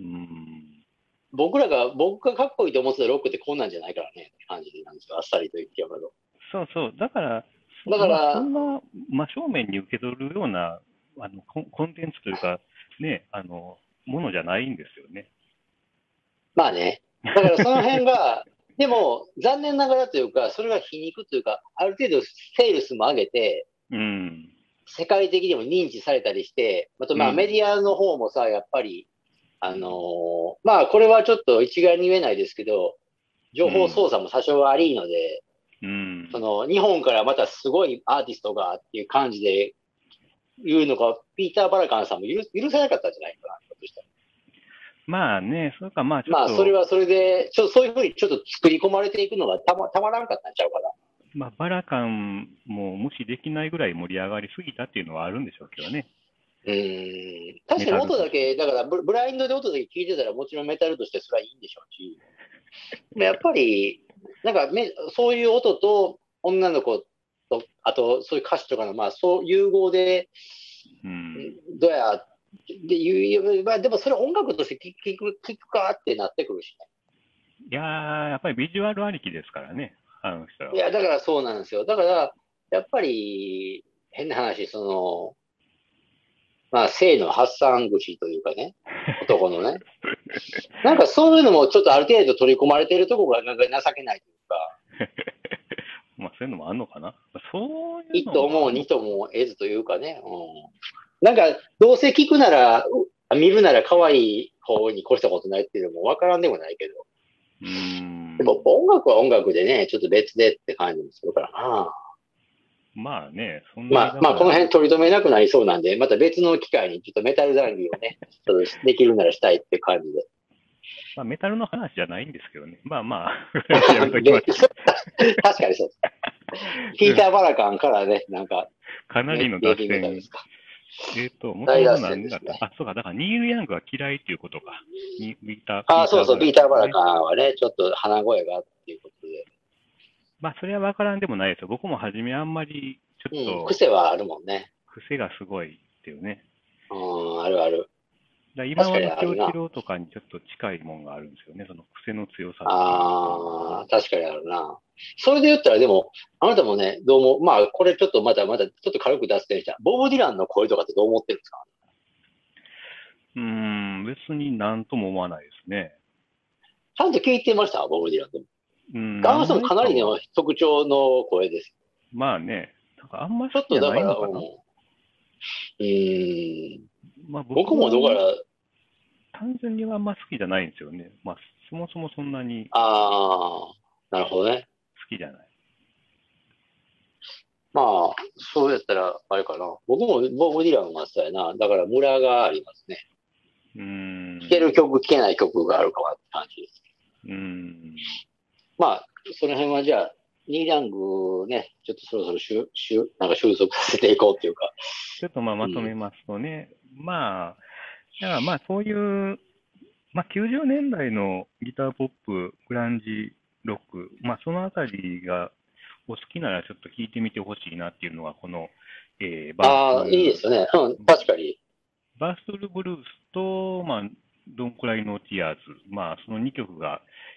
僕らが、僕がかっこいいと思ってたロックってこんなんじゃないからね、って感じなんですよ。あっさりと言ってやると。
そうそう。だから、そまあ、そ
だから、
んな真正面に受け取るようなあのコンコンテンツというか、ね、あの、ものじゃないんですよね。
まあね。だからその辺が、でも、残念ながらというか、それが皮肉というか、ある程度セールスも上げて、
うん。
世界的にも認知されたりして、あとまあメデ
うん。
ィアの方もさ、やっぱり、あのーまあこれはちょっと一概に言えないですけど、情報
うん。
操作も多少ありので、
うん。
その日本からまたすごいアーティストがっていう感じで言うのが、ピーター・バラカンさんも許許さなかったんじゃないかなとしたら。
まあね、それか、まあちょっ
まあそれ
と、
はそれで、ちょそういうふうにちょっと作り込まれていくのがたまたまらんかったんちゃうかな。
まあ、バラカンも無視できないぐらい盛り上がりすぎたっていうのはあるんでしょうけどね。
うーん。確
メタル
かに音だけ、
として。
だからブブラインドで音だけ聞いてたらもちろんメタルとしてそれはいいんでしょうし、でもやっぱり、なんかめ、そういう音と女の子と、あとそういう歌詞とかの、まあそう融合で、
うん。
んどうやでいう、まあでもそれ音楽として聞聞く、聞くかってなってくるし
いやー、やっぱりビジュアルありきですからね、あの人ら
ね。い
は。
や、だからそうなんですよ。だから、やっぱり、変な話、その、まあ性の発散口というかね、男のね。なんかそういうのもちょっとある程度取り込まれてるところがなんか情けないというか、
まあ、そういうのもあんのかな。そういう
一
の
とも二
もあんのか。
とも得ずというかね。うん、なんか、どうせ聞くなら、見るなら可愛い方に越したことないっていうのもわからんでもないけど、
うー
でも
ん。
音楽は音楽でね、ちょっと別でって感じもするからな。
まあね、そんな
まあ、まあ、
にだから、
この辺取り留めなくなりそうなんで、また別の機会にちょっとメタル談義をね、ちょっとできるならしたいって感じで。
まあ、メタルの話じゃないんですけどね。まあまあ、やめときま
で、
しょう。
確かにそうです。ピーター・バラカンからね、なんか、
かなりの脱
ベイビーメタルで
線。
すか。
えっ、と、もともと
大脱
なんだった。
線ですね。
あ、そうか、だからニール・ヤングは嫌いっていうことか。にピーター、
ああ、
ピーター・
そうそう、
バラ
ピーター・バラ
カンはね。
カンはね、ちょっと鼻声がっていうことで。
まあ、それはわからんでもないですよ。僕も初めあんまり、ちょ
うん、
っと、
癖はあるもんね。
癖がすごいっていうね。
うん、あるある。
だ今
確か
はの京志
にあるな。
郎とかにちょっと近いもんがあるんですよね。その癖の強さっていう。
ああ、確かにあるな。それで言ったら、でも、あなたもね、どうも、まあ、これちょっとまだまだ、ちょっと軽く脱線した。ボブ・ディランの声とかってどう思ってるんですか？
うーん、別になんとも思わないですね。
ちゃんと聞いてましたボブ・ディランでも。
うん、
あの人も
何枚
かなりの
かは、
特徴の声です。
まあね、なんかあんまり
ちょっ
好きじゃ
とだから、うん。
ないのかな。
うーん。
まあ僕
僕もだか
は
ら、
単純にはあんま好きじゃないんですよね。まあそもそもそんなに
ああ、なるほどね。
好きじゃない。
まあ、そうやったら、あれかな。僕もボブ・ディランはそうやな。だから、ムラがありますね。
うー
聴ける
ん、
曲、聴けない曲があるかなって感じです。
うーん。
まあ、その辺はじゃあ、ニーラングね、ちょっとそろそろしゅしゅなんか収束させていこうっていうか。
ちょっとまあ
うん。
まとめますとね、まあ、だからまあそういう、まあきゅうじゅうねんだいのギターポップ、グランジ、ロック、まあそのあたりがお好きならちょっと聞いてみてほしいなっていうのが、この、えーバースト
ああ、いいですよね。うん、確かに。
バーストルブルースと、まあ、ドンクライのティアーズ、まあ、そのにきょくが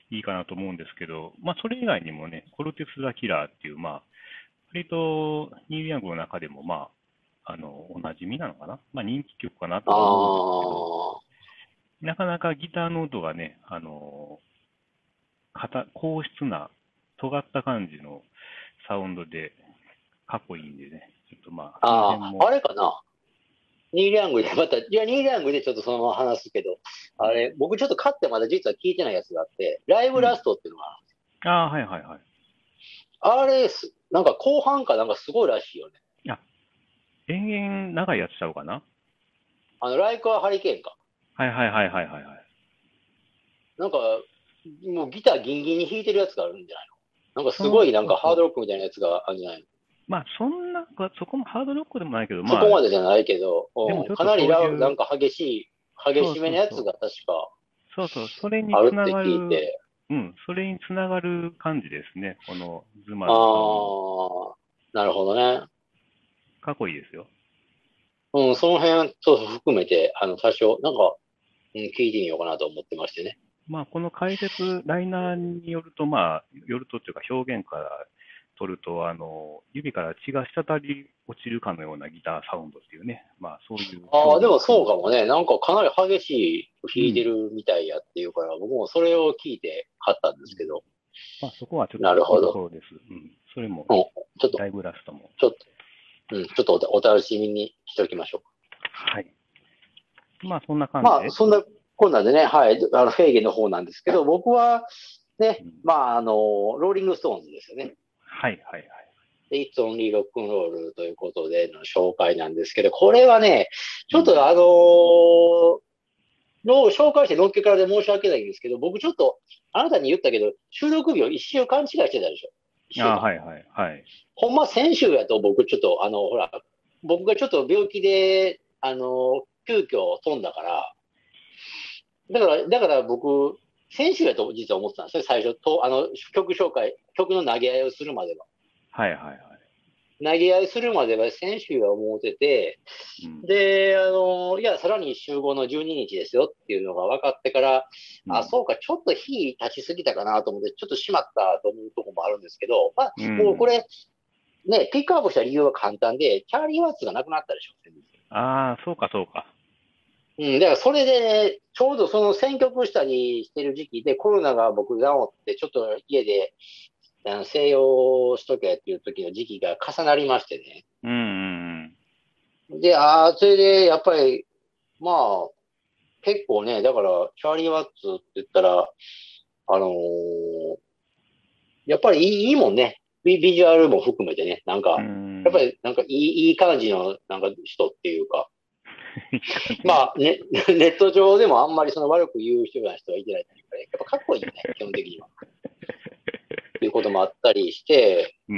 いいかなと思うんですけど、まあ、それ以外にもね、コルテス・ザ・キラーっていう、まあ、割とニール・ヤングの中でも、まあ、あの、おなじみなのかな、まあ、人気曲かなと
あ
は思うんですけど、
あ、
なかなかギターの音がね、あの、かた硬質な、尖った感じのサウンドで、かっこいいんでね、ちょっとまあ、その
ああ、
辺も、
あれかな。ニール・ヤングで、また、いや、ニール・ヤングでちょっとそのまま話すけど、
うん、
あれ、僕ちょっと買ってまだ実は聞いてないやつがあって、ライブ
うん。
ラストっていうのがある。
ああ、はいはいはい。
あれす、なんか後半かなんかすごいらしいよね。
あ、延々長いやつちゃうかな。
あの、ライクはハリケーンか。
はいはいはいはいはいはい。
なんか、もうギターギンギンに弾いてるやつがあるんじゃないの？なんかす
そう
ごいなんかハード
そうそう。
ロックみたいなやつがあるんじゃないの？
まあ、そんな、そこもハードロックでもないけど、
そ
まあ、
こまでじゃないけど、うん、
でもちょっと
かなりラな
そういう、
んか激しい、激
そう
しめ
そうそう。
のやつが確か
そうそう、それに
あるって
つながる、
聞いて、
うん、それにつながる感じですね。このズマ
あ
のサウンドも。
あ、なるほどね。
かっこいいですよ。
うん、その辺、そう含めて、あの、多少、なんか、うん、聞いてみようかなと思ってましてね。
まあ、この解説、ライナーによると、まあ、よるとっていうか表現から取ると、あの、指から血が滴り落ちるかのようなギターサウンドっていうね、まあ、そういう
ああ、でも
表現をしてますけど。
そうかもね。なんかかなり激しい弾いて
うん。
るみたいやっていうから、僕もそれを聞いて買ったんですけど。
まあ、そこはちょっといい
なるほど。
ところです。うん。それも、
うん、ちょっと、
ライブラストも。
ちょっと、うん、ちょっとお、お楽しみにしておきましょ
はい。まあ、そんな
う。まあ、
感じで。
そんなこんなんでね、はい、あの、フェーゲンの方なんですけど、僕は、ね、
うん、
まあ、あの、ローリングストーンズですよね。
はいはいはい。
で、It's Only Rock and Roll ということでの紹介なんですけど、これはね、ちょっと
うん。
あのーの紹介してのっけからで申し訳ないんですけど、僕ちょっと、あなたに言ったけど、収録日を一週勘違いしてたでしょ？一
ああ、
週間。
はいはいはい。
ほんま先週やと僕ちょっと、あの、ほら、僕がちょっと病気で、あの、急遽飛んだから、だから、だから僕、先週やと実は思ってたんですね、最初と、あの、曲紹介、曲の投げ合いをするまでは。
はいはいはい。
投げ合いするまでは先週は思ってて、
うん。
で、あの、いや、さらに集合のじゅうににちですよっていうのが分かってから、あ、
うん。
そうか、ちょっと日経ちすぎたかなと思って、ちょっとしまったと思うところもあるんですけど、まあ、
うん。
もうこれ、ね、ピックアップした理由は簡単で、チャーリー・ワッツが亡くなったでしょ。
ああ、そうかそうか。
うん、だからそれで、ちょうどその選曲したりしてる時期で、コロナが僕治って、ちょっと家であの静養しとけっていう時の時期が重なりましてね。
うんうん
で、ああ、それで、やっぱり、まあ、結構ね、だから、チャーリー・ワッツって言ったら、あのーやっぱりいいいいもんね。ビ、ビジュアルも含めてね。なん
うん。う
か、やっぱ
ん。
り、なんかいい、いい感じの、なんか人っていうか、
いい感じの人。
まあ、ね、ネット上でもあんまりその悪く言う人な人はいてないっていうかね、やっぱかっこいいよね、基本的には。っていうこともあったりして、
うん。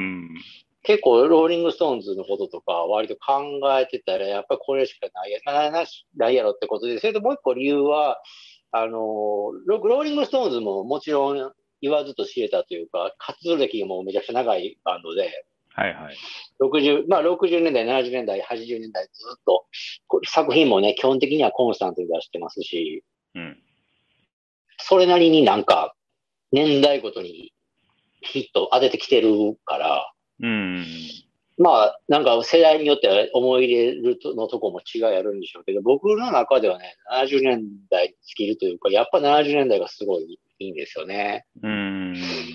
結構ローリングストーンズのこととか割と考えてたら、やっぱりこれしかないや、ななないやろってことで、それともう一個理由は、あの、ロローリングストーンズももちろん言わずと知れたというか、活動歴がもうめちゃくちゃ長いバンドで、
はいはい。
ろくじゅう、まあろくじゅうねんだい、ななじゅうねんだい、はちじゅうねんだいずっと、作品もね、基本的にはコンスタントに出してますし、
うん。
それなりになんか年代ごとにヒット当ててきてるから、
うん。
まあ、なんか世代によっては思い入れるのとこも違いあるんでしょうけど、僕の中ではね、ななじゅうねんだいに尽きるというか、やっぱななじゅうねんだいがすごいいいんですよね。
うん。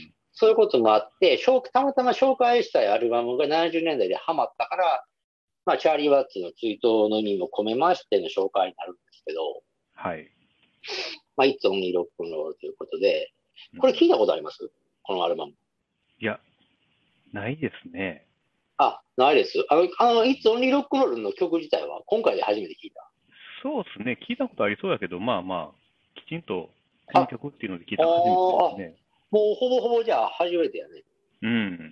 そういうこともあって、たまたま紹介したいアルバムがななじゅうねんだいでハマったから、まあ、チャーリー・ワッツの追悼の意味も込めましての紹介になるんですけど、
はい。
まあ、It's Only Rock and Roll ということで、
うん。
これ聞いたことあります？このアルバム。
いや、ないですね。
あ、ないです。あの、あの、It's Only Rock and Roll の曲自体は今回で初めて聞いた。
そうですね。聞いたことありそうだけど、まあまあ、きちんとこの
あ、
曲っていうので聞い
あ
たの初めてです
あ、
ね。
もうほぼほぼじゃあ初めてやね。
うん。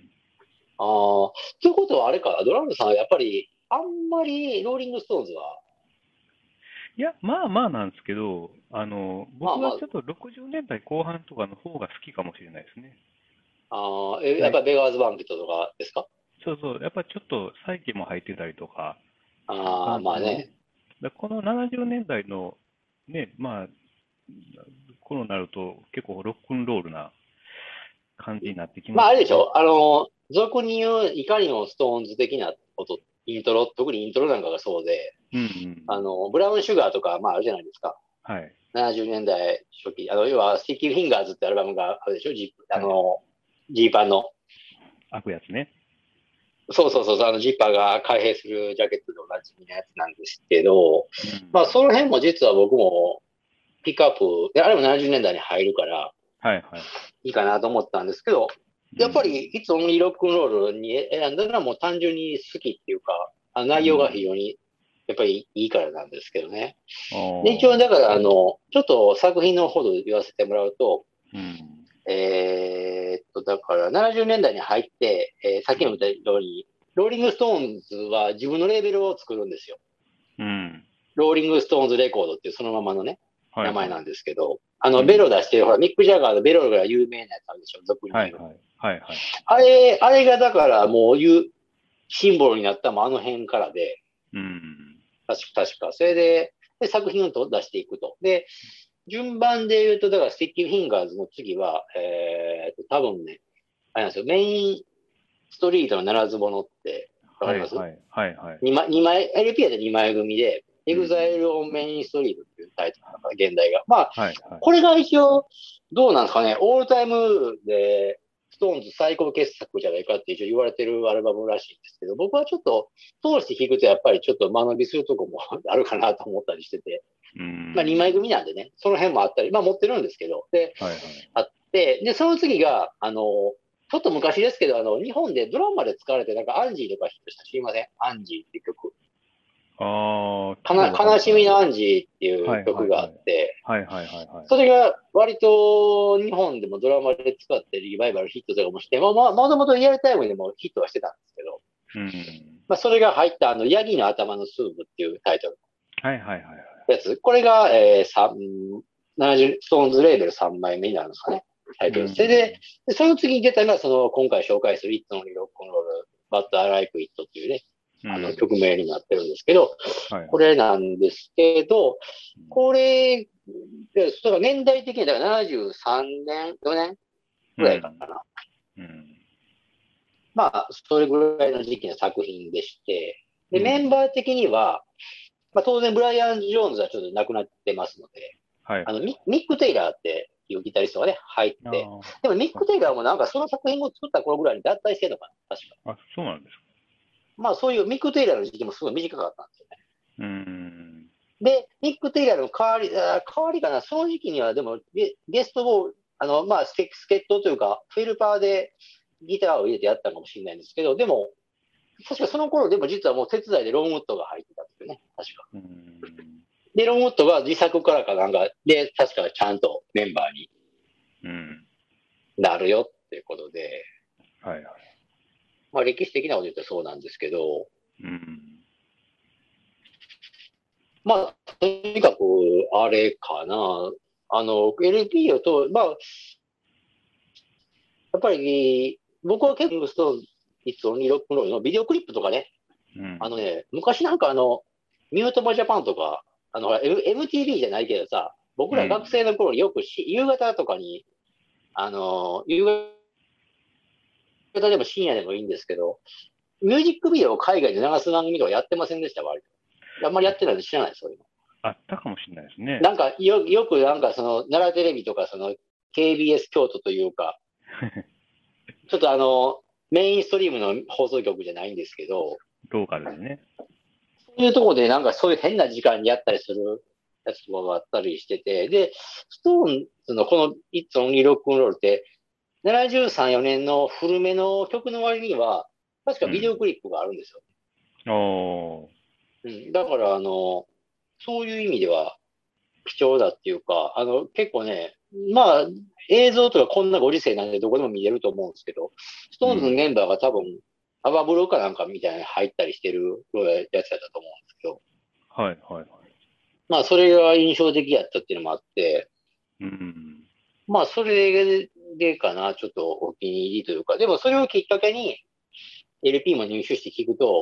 ああ、ということはあれか、ドラムさんはやっぱり、あんまりローリングストーンズは、
いや、まあまあなんですけど、あの、
まあま
僕はちょっとろくじゅうねんだいこう半とかの方が好きかもしれないですね。
あ、あえやっ
はい。
ぱりベガーズバンケットとかですか？
そうそう。やっぱりちょっと再起も入ってたりとか、いう
ああ、
感じのね。
まあね。
だこのななじゅうねんだいの、ね、まあ、 こうなると結構ロックンロールな感じになってき
まあ、
ますね。
あれでしょ、あの、俗に言う、いかにもストーンズ的なこと、イントロ、特にイントロなんかがそうで、
うんうん。
あの、ブラウンシュガーとか、まあ、あるじゃないですか。
はい。
ななじゅうねんだい初期。あの、要は、スティッキーフィンガーズってアルバムがあるでしょ、ジップ、あ
はい。
の、ジーパンの。
開くやつね。
そうそうそう、あの、ジッパーが開閉するジャケットでおなじみのやつなんですけど、
うん。
まあ、その辺も実は僕もピックアップ、であれもななじゅうねんだいに入るから、
はいはい。
いいかなと思ったんですけど、やっぱ
うん。
り、いつオンリーロックンロールに選んだのはもう単純に好きっていうか、あの内容が非
うん。
常にやっぱりいいからなんですけどね。
あ
で、一応だか
あ。
ら、あの、ちょっと作品のほど言わせてもらうと、
うん。
えーっと、だからななじゅうねんだいに入って、えーさっきも言ったように、ローリングストーンズは自分のレーベルを作るんですよ。
うん。
ローリングストーンズレコードっていうそのままのね、
はいはい。
名前なんですけど、あの、ベ
うん。
ロ出してる、ほら、ミック・ジャガーのベロが有名なやつあるでしょ、俗に言う。
はいはい。はいはい。
あれ、あれがだからもう言う、シンボルになったもあの辺からで、
うん。
確か、確か。それで、で作品を出していくと。で、順番で言うと、だから、スティッキーフィンガーズの次は、えーと、多分ね、あれなんですよ、メインストリートのならず者ってわかります
はいはい。はいはい。
?に 枚、二枚、エルピー でにまい組で、エグザイ
うん。
ル・オン・メインストリートっていうタイトルだから、現代が。まあ、
はいはい。
これが一応、どうなんですかね、オールタイムで、ストーンズ最高傑作じゃないかって一応言われてるアルバムらしいんですけど、僕はちょっと通して聴くとやっぱりちょっと間延びするとこもあるかなと思ったりしてて、
う
まあにまい
ん。
組なんでね、その辺もあったり、まあ持ってるんですけど、で、
はいはい。
あって、で、その次が、あの、ちょっと昔ですけど、あの、日本でドラマで使われて、なんかアンジーとかヒットした知りませんアンジーっていう曲。
ああ、
かな、
聞いたことある
悲しみ
かな。
のアンジーっていう
はいは
曲があ
いはい。
って、
はいはいはいはい。
それが割と日本でもドラマで使ってリバイバルヒットとかもして、まあまあ、もともとリアルタイムでもヒットはしてたんですけど、
うん。
まあそれが入ったあの、ヤギの頭のスープっていうタイトル
はいはいはいはい。
のやつ。これが、えー、さん、ななじゅう、ストーンズレーベルさんまいめになるんですかね。タイトル。
うん。
それで、でその次に出たのが、その、今回紹介する It's Only Rock and Roll, But I Like It っていうね、あの、
うん。
曲名になってるんですけど、
はいはい。
これなんですけど、これ、で、それから年代的に、だからななじゅうさんねん、よねんぐらいか
うん。
な。
うん。
まあ、それぐらいの時期の作品でして、で、メン
うん。
バー的には、まあ当然ブライアン・ジョーンズはちょっと亡くなってますので、あの、
はいはい。
ミミック・テイラーっていうギタリストがね、入って、
ああ。
でもミック・
はい。
テイラーもなんかその作品を作った頃ぐらいに脱退してるのかな、確か。
あ、そうなんですか。
まあそういうミック・テイラーの時期もすごい短かったんですよね。
うん。
で、ミック・テイラーの代わり、あ代わりかな、その時期にはでもゲゲストを、あの、まあ、スケスケットというか、フェルパーでギターを入れてやったかもしれないんですけど、でも、確かその頃でも実はもう手伝いでロンウッドが入ってたんですよね、確か。
うん。
で、ロンウッドが自作からかなんかで、確かちゃんとメンバーに
うん。
なるよっていうことで、
はいはい。
まあ歴史的なこと言うとそうなんですけど、
うん。
まあ、とにかく、あれかな。あの、エルピー をと、まあ、やっぱり、僕は結構、ストーン、いつオンリーロックンロールのビデオクリップとかね、
うん。
あのね、昔なんかあの、ミュートバジャパンとか、あの、M- エムティービー じゃないけどさ、僕
うん。
ら学生の頃によくし夕方とかに、あの、夕方でも深夜でもいいんですけど、ミュージックビデオを海外で流す番組とかやってませんでした、割と。あんまりやってないんで知らないです、そういうの。
あったかもしれないですね。
なんかよ、よくなんかその、奈良テレビとかその、ケービーエス 京都というか、ちょっとあの、メインストリームの放送局じゃないんですけど、
ローカルでね。
そういうところでなんかそういう変な時間にやったりするやつとかがあったりしてて、で、ストーンズのこの It's Only Rock and Roll って、ななじゅうさん、よねんの古めの曲の割には、確かビデオ
うん。
クリップがあるんですよ。
おー。
うん、だからあの、そういう意味では貴重だっていうか、あの、結構ね、まあ、映像とかこんなご時世なんでどこでも見れると思うんですけど、ストーンズの
うん。
メンバーが多分、アバブロかなんかみたいなのに入ったりしてるようなやつだったと思うんですけど、
はいはいはい。
まあ、それが印象的やったっていうのもあって、
うん。
まあ、それでかな、ちょっとお気に入りというか、でもそれをきっかけに エルピー も入手して聞くと、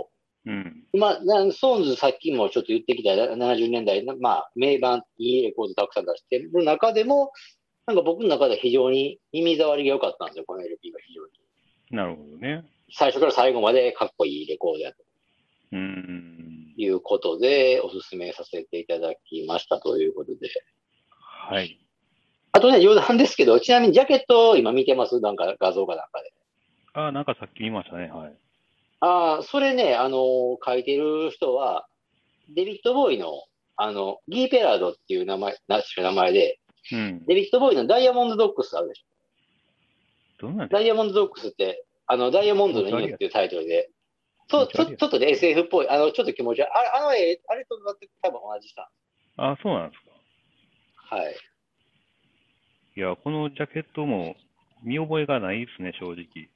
うん。
まあ、なストーンズさっきもちょっと言ってきたななじゅうねんだいの、まあ、名盤、いいレコードたくさん出してる中でも、なんか僕の中で非常に耳障りが良かったんですよ、この エルピー が非常に。
なるほどね。
最初から最後までかっこいいレコードやと
うーん。
いうことで、おすすめさせていただきましたということで。
はい。
あとね、余談ですけど、ちなみにジャケット今見てますなんか画像かなんかで。
ああ、なんかさっき見ましたね。はい。
ああ、それね、あのー書いてる人は、デビッド・ボーイの、あの、ギー・ペラードっていう名前、なし名前で、
うん。
デビッド・ボーイのダイヤモンド・ドッグスあるでしょ。
どんなんでしたっ
ダイヤモンド・ドッグスって、あの、ダイヤモン
け？気
ド
持ち悪いやつ。
の犬っていうタイトルで、そう、ちょ、
気持ち悪いやつ。
ちょっとで エスエフ っぽい、あの、ちょっと気持ち悪い。あれ、あの絵、あれと多分同じした。
ああ、そうなんですか。
はい。
いや、このジャケットも見覚えがないですね、正直。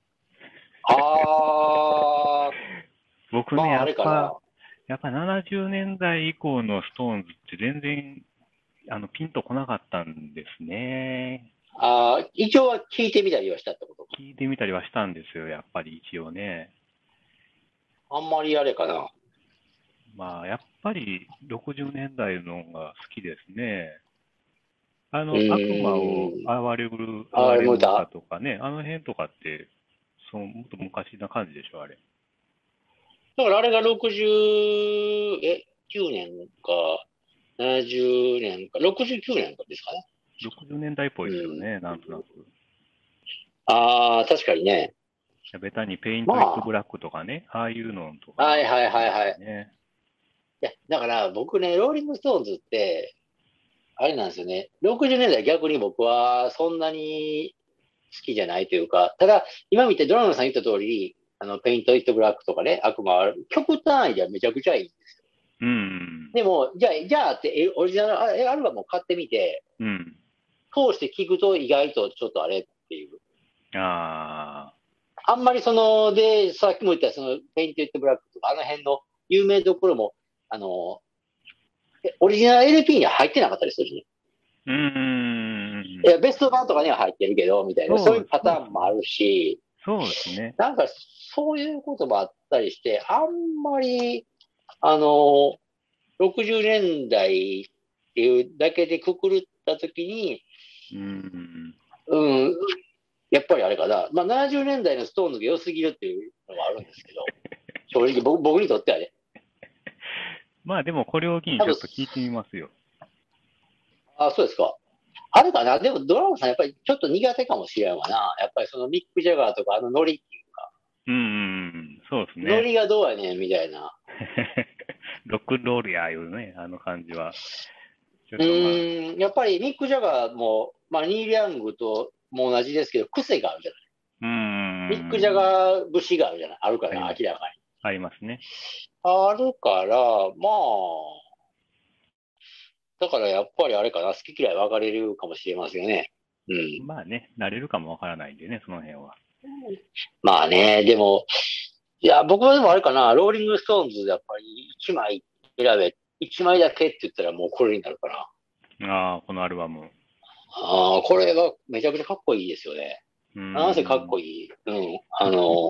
あー、
僕ね、
まあ、あ
やっぱ、
れかな。
やっぱななじゅうねんだい以降のストーンズって全然、あの、ピンとこなかったんですね。
あー、一応は聞いてみたりはしたってことか。
聞いてみたりはしたんですよ、やっぱり一応ね。
あんまりあれかな。
まあ、やっぱりろくじゅうねんだいのが好きですね。あ
う
の、悪魔を
ーん。
憐れる、
あれ、
憐れむ歌
もうた。
とかね、あの辺とかって、その、もっと昔な感じでしょ、あれ。
だからあれがろくじゅう、え、きゅうねんか、ななじゅうねんか、ろくじゅうきゅうねんかですかね。
ろくじゅうねんだいっぽ
うん。
いですよね、なんとなく。
あー、確かにね。
ベタにペイント・イット・ブ
ま
ラックとかね、ああいうのと
あ、はい
か
はい
好きです
はいはい。
ね。
いや、だから僕ね、ローリングストーンズって、あれなんですよね。ろくじゅうねんだい逆に僕はそんなに好きじゃないというか、ただ、今見てドラムさん言った通り、あの、ペイント・イット・ブラックとかね、悪魔は曲単位ではめちゃくちゃいい。
うん、
でも、じゃあ、じゃあって、オリジナルアルバムを買ってみて、
うん。
通して聞くと意外とちょっとあれっていう。
あ
あんまりその、で、さっきも言ったその、ペイント・イット・ブラックとか、あの辺の有名どころも、あの、オリジナル エルピー には入ってなかったりするね。
ー、うーん。
いや、ベスト版とかには入ってるけど、みたいな、そう
そう、
いうパタ
そうですね。
ーンもあるし、
そうですね。
なんか、そういうこともあったりして、あんまり、あの、ろくじゅうねんだいっていうだけでくくるったときに、
うーん。
うん、やっぱりあれかな、まあ、ななじゅうねんだいのストーンズが良すぎるっていうのはあるんですけど、正直僕僕にとってはね、
まあでもこれを機に
多分、
ちょっと聞いてみますよ。
あ、そうですか。あれかな、でもドラムさんやっぱりちょっと苦手かもしれんわな。やっぱりそのミック・ジャガーとかあのノリっていうか、
うん、うん、そうですね。
ノリがどうやねんみたいな。
ロックンロールやいうね、あの感じは。ちょっ
う
とまあ、
ーん、やっぱりミック・ジャガーも、まあ、ニール・ヤングとも同じですけど、癖があるじゃない。
うー
ミック・ジャ
ん、
ガー節があるじゃない。あるから、
あります。
明らかに。
ありますね。
あるから、まあ、だからやっぱりあれかな、好き嫌い分かれるかもしれませんよね。うん。
まあね、慣れるかもわからないんでね、その辺は。
まあね、でも、いや、僕はでもあれかな、ローリング・ストーンズ、やっぱりいちまい選べ、いちまいだけって言ったらもうこれになるかな。
ああ、このアルバム。う
ああ、これはめちゃくちゃかっこいいですよね。
ー
なんせかっ
ん、
こいい。うん。あの、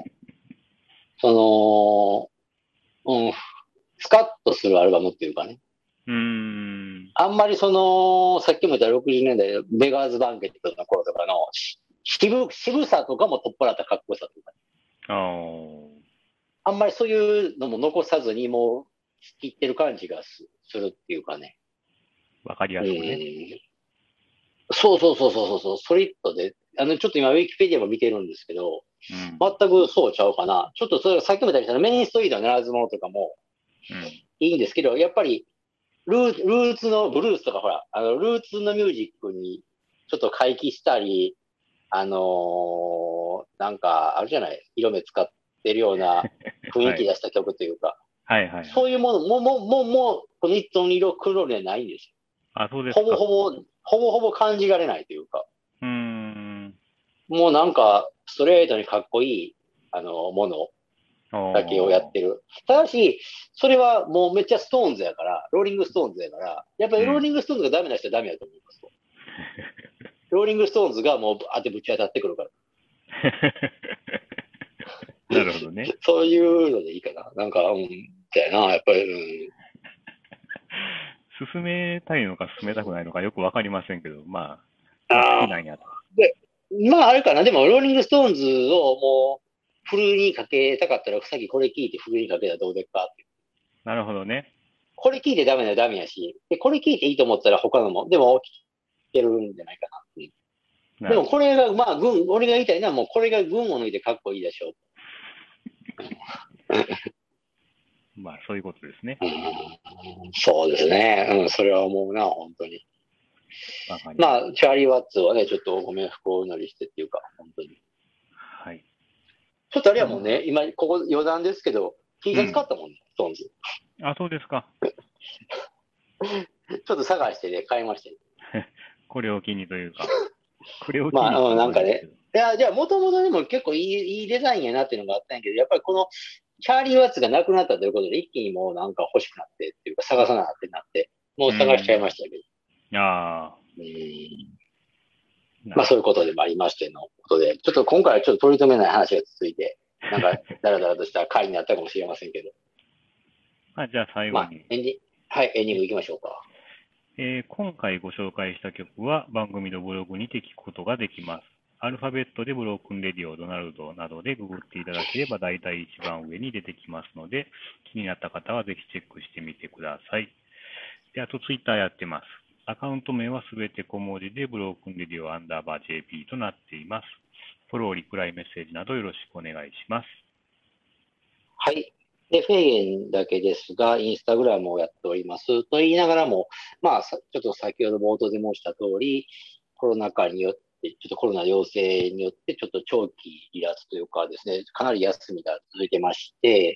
その、うん、スカッとするアルバムっていうかね。
うーん、
あんまりその、さっきも言ったろくじゅうねんだい、ベガーズバンケットの頃とかの、し渋、渋さとかも取っ払ったかっこよさというか、
ああ、
あんまりそういうのも残さずに、もう、切ってる感じがすするっていうかね。
わかり
う
やすくね。
ん。そうそうそうそうそう、ソリッドで、あの、ちょっと今、ウィキペディアも見てるんですけど、
うん、
全くそうちゃうかな。ちょっとそれ、さっきも言ったように、メインストリートのならず者とかも
うん、
いいんですけど、やっぱり、ルールーツのブルースとかほら、あの、ルーツのミュージックにちょっと回帰したり、あのーなんか、あるじゃない、色目使ってるような雰囲
はい。
気出した曲というか、
はいはいはい。
そういうもの、もう、もう、もう、もう、この一トン色黒にはないんですよ。
あ、そうです
ほぼ
か。
ほぼ、ほぼほぼ感じられないというか、
うーん、
もうなんか、ストレートにかっこいい、あの、もの
あ
だけをや
あ、
ってる。ただし、それはもうめっちゃストーンズやから、ローリングストーンズやから、やっぱりローリ
うん。
ングストーンズがダメな人はダメだと思いますと。ローリングストーンズがもうバーってぶち当たってくるから。
なるほどね。
そういうのでいいかな。なんか、うん、だよな、やっぱり、うん。
進めたいのか進めたくないのかよくわかりませんけど、まあ、まあ好
ああ、
きなんやと。
で、まあ、あれかな。でも、ローリングストーンズをもう、フルにかけたかったら、さっきこれ聞いてフルにかけたらどうですかって。
なるほどね。
これ聞いてダメならダメやし、で、これ聞いていいと思ったら他のも、でも、聞けるんじゃないかな。うん、でも、
なるほど。
これが、まあ、軍、俺が言いたいのは、もう、これが群を抜いてかっこいいでしょう。
まあ、そういうことですね。
うん、そうですね。うん、それは思うな、本当に。
わかります。
まあ、チャーリー・ワッツはね、ちょっとご冥福をお祈りしてっていうか、本当に。
はい。
ちょっとあれ
じゃあまあ、
やもんね、今、ここ余談ですけど、T シャツ買
うん。
ったもんね、ストーンズ。
あ、そうですか。
ちょっと探してね、買いましたね。
これを機にというか、これを機
まあ、うん、
にっていうの
なんかね。
もあれですけど。
いや、じゃあ、もともとでも結構いい、いいデザインやなっていうのがあったんやけど、やっぱりこの、チャーリー・ワッツが亡くなったということで、一気にもうなんか欲しくなってっていうか、探さなってなって、もう
う
探しちゃい
ん。
ましたけど。
あ
うん、
あ、な
まあ、
るほ
そういうことでもありましてのことで、ちょっと今回はちょっと取り留めない話が続いて、なんか、だらだらとした回になったかもしれませんけど、
ど。あ、じゃあ最
まあ、
後に。
エンディ、はい、エンディン
え、
グ行きましょうか。
えー今回ご紹介した曲は番組のブログにて聞くことができます。アルファベットでブロークンレディオ、ドナルドなどでググっていただければ大体一番上に出てきますので、気になった方はぜひチェックしてみてください。で、あとツイッターやってます。アカウント名はすべて小文字でブロークンレディオアンダーバー ジェーピー となっています。フォロー、リプライ、メッセージなどよろしくお願いします。
はい。で、フェーゲンだけですが、インスタグラムをやっております。と言いながらも、まあ、ちょっと先ほど冒頭で申した通り、コロナ禍によって、ちょっとコロナ陽性によって、ちょっと長期離脱というかですね、かなり休みが続いてまして、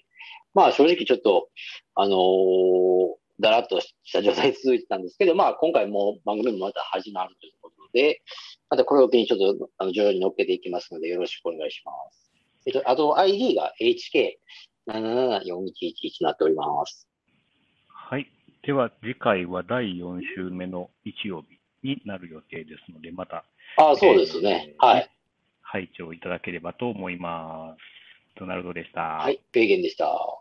まあ正直ちょっと、あのーだらっとした状態続いてたんですけど、まあ今回も番組もまた始まるということで、またこれを機にちょっとあの徐々に乗っけていきますのでよろしくお願いします。えっと、あと アイディー が エイチケーななななよんいちいちいち になっております。
はい。では次回はだいよん週目の日曜日になる予定ですので、また、
ああ、そうですね。
えーね、
はい。
拝聴いただければと思います。ドナルドでした。
はい。フェーゲンでした。